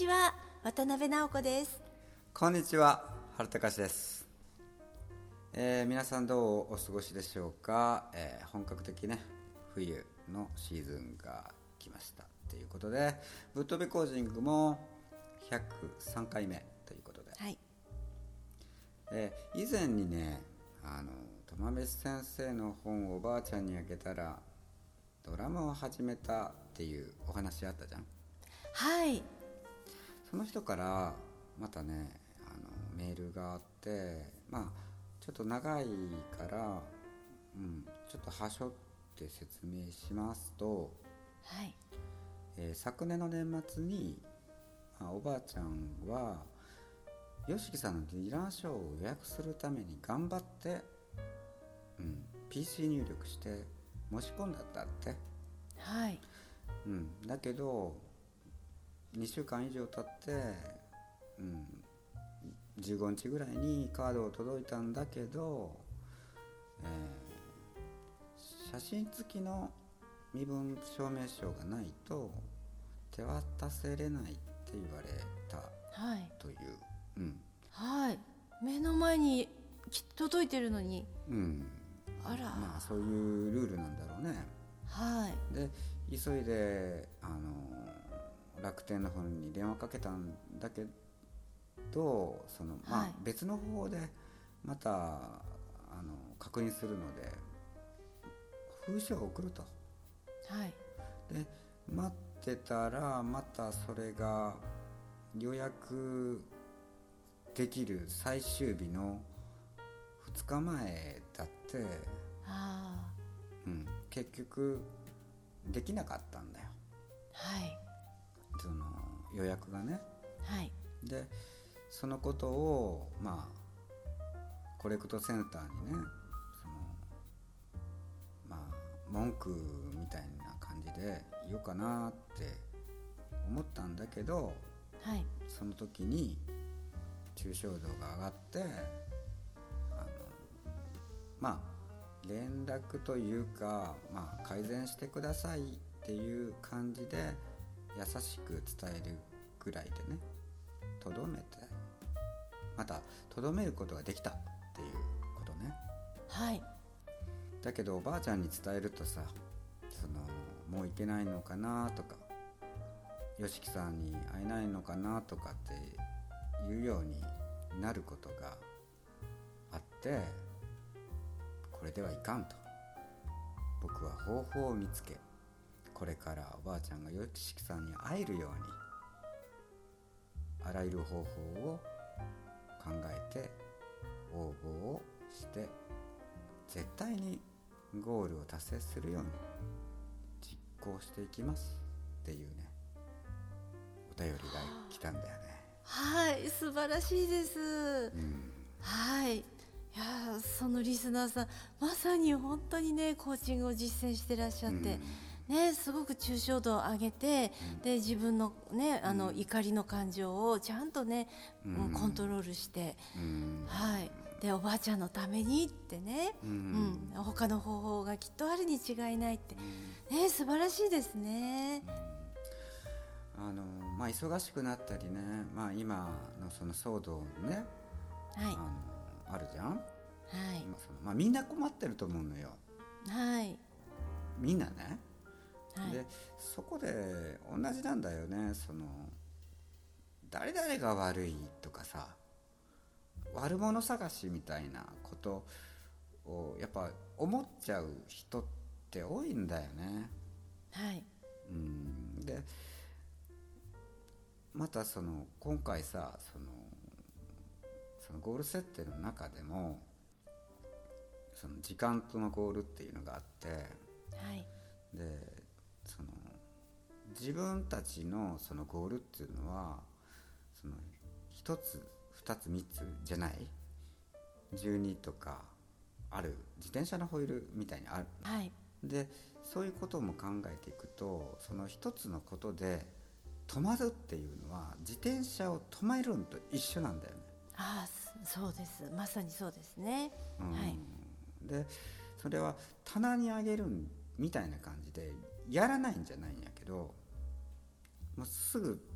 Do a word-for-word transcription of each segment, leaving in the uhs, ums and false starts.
ちは、渡辺直子です。 こんにちは、春高です、えー、皆さんどうお過ごしでしょうか、えー、本格的ね冬のシーズンが来ましたということで、ブッドレコーディングもひゃくさんかいめということで、 はい、 えー、以前にねあの玉飯先生の本をおばあちゃんにあげたらドラムを始めたっていうお話あったじゃん。 はい。 その人からまたねあのメールがあって、まあちょっと長いから、うん、ちょっとはしょって説明しますと、 はい、 えー昨年の年末に、まあ、おばあちゃんはYOSHIKIさんのディナーショーを予約するために頑張って、うん、ピーシー 入力して申し込んだったって、 はい、 うん、だけどにしゅうかん以上経って、うん、じゅうごにちぐらいにカードが届いたんだけど、えー写真付きの身分証明書がないと手渡せれないって言われたはい、 という、うんはい。目の前にき届いてるのに、 うん、 あら、 まあそういうルールなんだろうね。 はい、 で急いであの楽天の方に電話かけたんだけど、その、まあはい、 別の方でまたあの確認するので封書を送ると。 はい、 で待ってたらまたそれが予約できる最終日のふつかまえだって、 あうん、結局できなかったんだよ、 ー、はい、 その予約がね。 はい、 でそのことをまあコレクトセンターにねそのまあ文句みたいな感じで言おうかなって思ったんだけど、 はい、 その時に抽象度が上がって、あのまあ連絡というか、まあ、改善してくださいっていう感じで優しく伝えるぐらいでねとどめて、またとどめることができたっていうことね。 はい、 だけどおばあちゃんに伝えるとさ、そのもう行けないのかなとかYOSHIKIさんに会えないのかなとかっていうようになることがあって、これではいかんと僕は方法を見つけ、これからおばあちゃんがYOSHIKIさんに会えるようにあらゆる方法を考えて応募をして絶対にゴールを達成するように実行していきますっていうねお便りが来たんだよね。 はい、素晴らしいです。 うんはい。いや、そのリスナーさんまさに本当にねコーチングを実践してらっしゃって、うんね、すごく抽象度を上げて、うん、で自分のねあの、うん、怒りの感情をちゃんとね、うん、コントロールして、うん、はいでおばあちゃんのためにってね、うんうん、他の方法がきっとあるに違いないって、うんね、素晴らしいですね。 あのまあ、忙しくなったりね、まあ、今のその騒動ね、 はい、 あのあるじゃん、はいまあそのまあ、みんな困ってると思うのよ、 はい、 みんなね、 はい、でそこで同じなんだよね。その誰々が悪いとかさ悪者探しみたいなことをやっぱ思っちゃう人って多いんだよね。 はい、 うんでまたその今回さそのそのゴール設定の中でもその時間とのゴールっていうのがあって、はい、でその自分たちのそのゴールっていうのはそのひとつふたつみっつじゃない、じゅうにとかある自転車のホイールみたいにある、はい、でそういうことも考えていくとその一つのことで止まるっていうのは自転車を止めるのと一緒なんだよね。 ああそうです、まさにそうですね、 うんはい、 でそれは棚にあげるみたいな感じでやらないんじゃないんやけどもうすぐ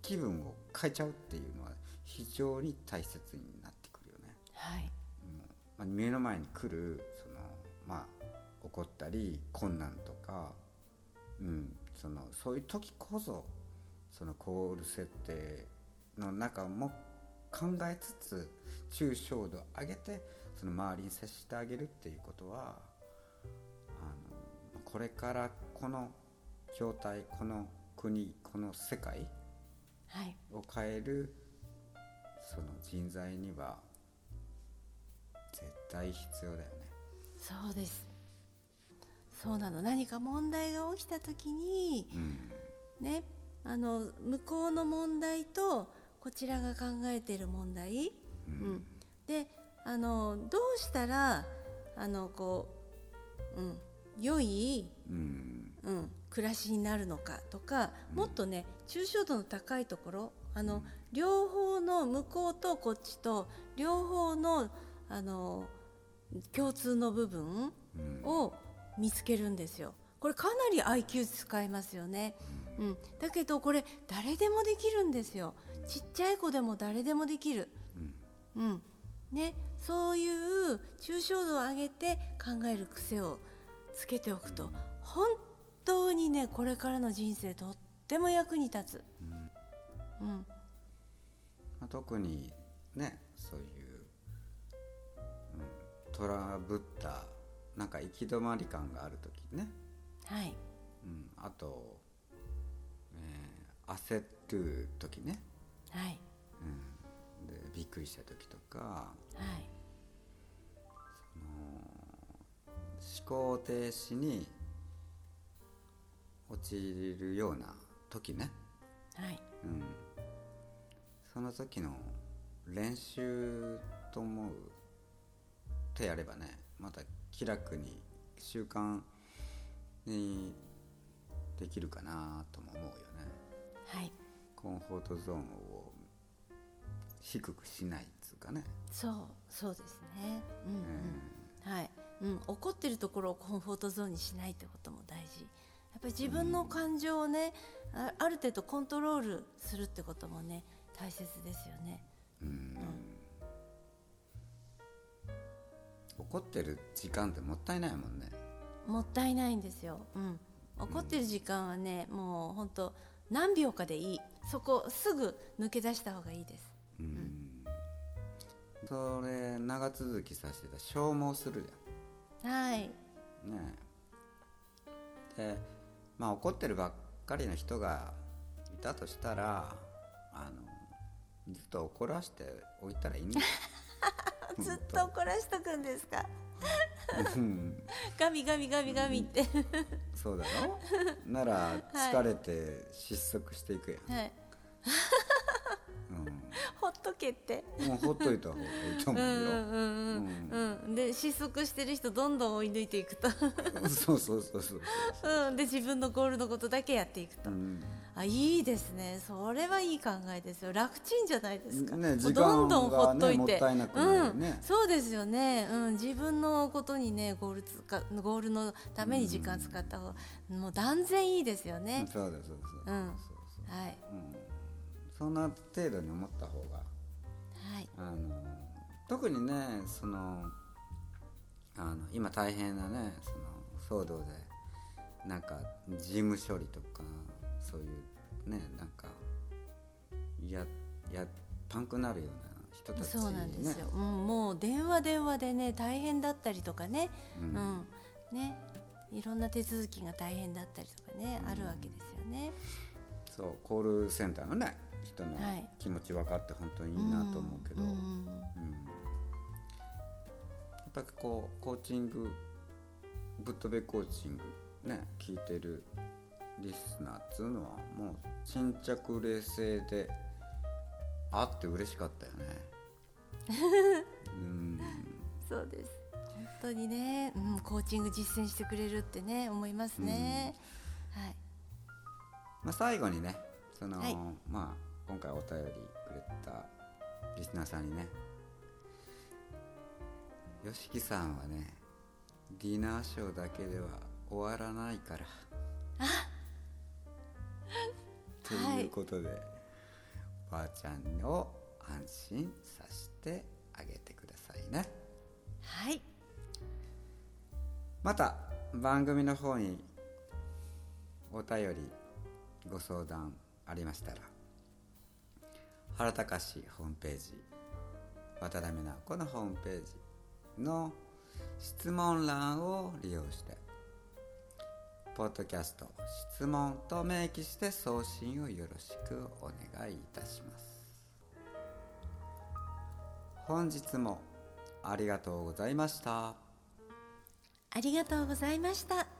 気分を変えちゃうっていうのは非常に大切になってくるよね。 はい、 うんまあ、目の前に来るその、まあ、起こったり困難とか、うん、そのそういう時こそそのコール設定の中も考えつつ抽象度を上げてその周りに接してあげるっていうことは、あのこれからこの状態、この国、この世界を変えるその人材には絶対必要だよね。 そうです。そうなの。何か問題が起きた時に、うん、ね、あの向こうの問題とこちらが考えている問題、うんうん、であのどうしたらあのこう、うん、良い、うんうん、暮らしになるのかとか、もっとね抽象度の高いところ、あの、うん、両方の向こうとこっちと両方の、あの共通の部分を見つけるんですよ。これかなり アイキュー 使いますよね、うん、だけどこれ誰でもできるんですよ。ちっちゃい子でも誰でもできる、うんうんね、そういう抽象度を上げて考える癖をつけておくと本当にねこれからの人生とっても役に立つ、うんうんまあ、特にねそういう、うん、トラブったなんか行き止まり感がある時ね、 はい、 うん、あと、えー、焦る時ね、 はいうん、でびっくりした時とか、はい、その思考停止に陥るような時ね、 はいうん、その時の練習と思うとやればねまた気楽に習慣にできるかなとも思うよね。 はい、 コンフォートゾーンを低くしないっつうかね。 そうそうですね、うんうんえーはいうん、怒ってるところをコンフォートゾーンにしないってことも大事。やっぱり自分の感情をね、うん、あ, ある程度コントロールするってこともね大切ですよね。うん、うん、 怒ってる時間ってもったいないもんね。 もったいないんですよ、うん、怒ってる時間はね、うん、もう本当何秒かでいい。そこすぐ抜け出した方がいいです、うんうん、 それ長続きさせてたら消耗するじゃん。 はいねでまあ怒ってるばっかりの人がいたとしたらあのずっと怒らせておいたらいいんだよずっと怒らしとくんですかガミガミガミガミって、うん、 そうだろなら疲れて失速していくやん、はいうん、ほっとけってもうほっといた方がいいと思うよ。うんうんうんうん、で失速してる人どんどん追い抜いていくとそうそうそうそう、 うん、で自分のゴールのことだけやっていくと、うん、あいいですね。それはいい考えですよ。楽ちんじゃないですか、 ね、時間が、ね、どんどんほっといてもったいなくなるね、 うん、そうですよね、うん、自分のことにねゴールつかゴールのために時間使った方が、うん、もう断然いいですよね。 そうですそうです、うん、そうそう、はい、うん、そんな程度に思った方が、はい、あの特にねそのあの今大変なねその騒動でなんか事務処理とかそういうねなんかややパンクなるような人たち、ね、 そうなんですよ、うん、もう電話電話でね大変だったりとかね、うんうんね、いろんな手続きが大変だったりとかね、うん、あるわけですよね。 そうコールセンターのね人の気持ち分かって本当にいいなと思うけど、はい、うんうん、やっぱりこうコーチングぶっ飛べコーチングね聞いてるリスナーっていうのはもう沈着冷静であって嬉しかったよねうん、 そうです本当にね、うん、コーチング実践してくれるってね思いますね、うん、はい、 まあ、最後にねその、はい、まあ今回お便りくれたリスナーさんにね、よしきさんはねディナーショーだけでは終わらないからということで、はい、 おばあちゃんを安心させてあげてくださいね。 はい。 また番組の方にお便りご相談ありましたら、原隆ホームページ、渡辺直子のホームページの質問欄を利用してポッドキャスト質問と明記して送信をよろしくお願いいたします。本日もありがとうございました。 ありがとうございました。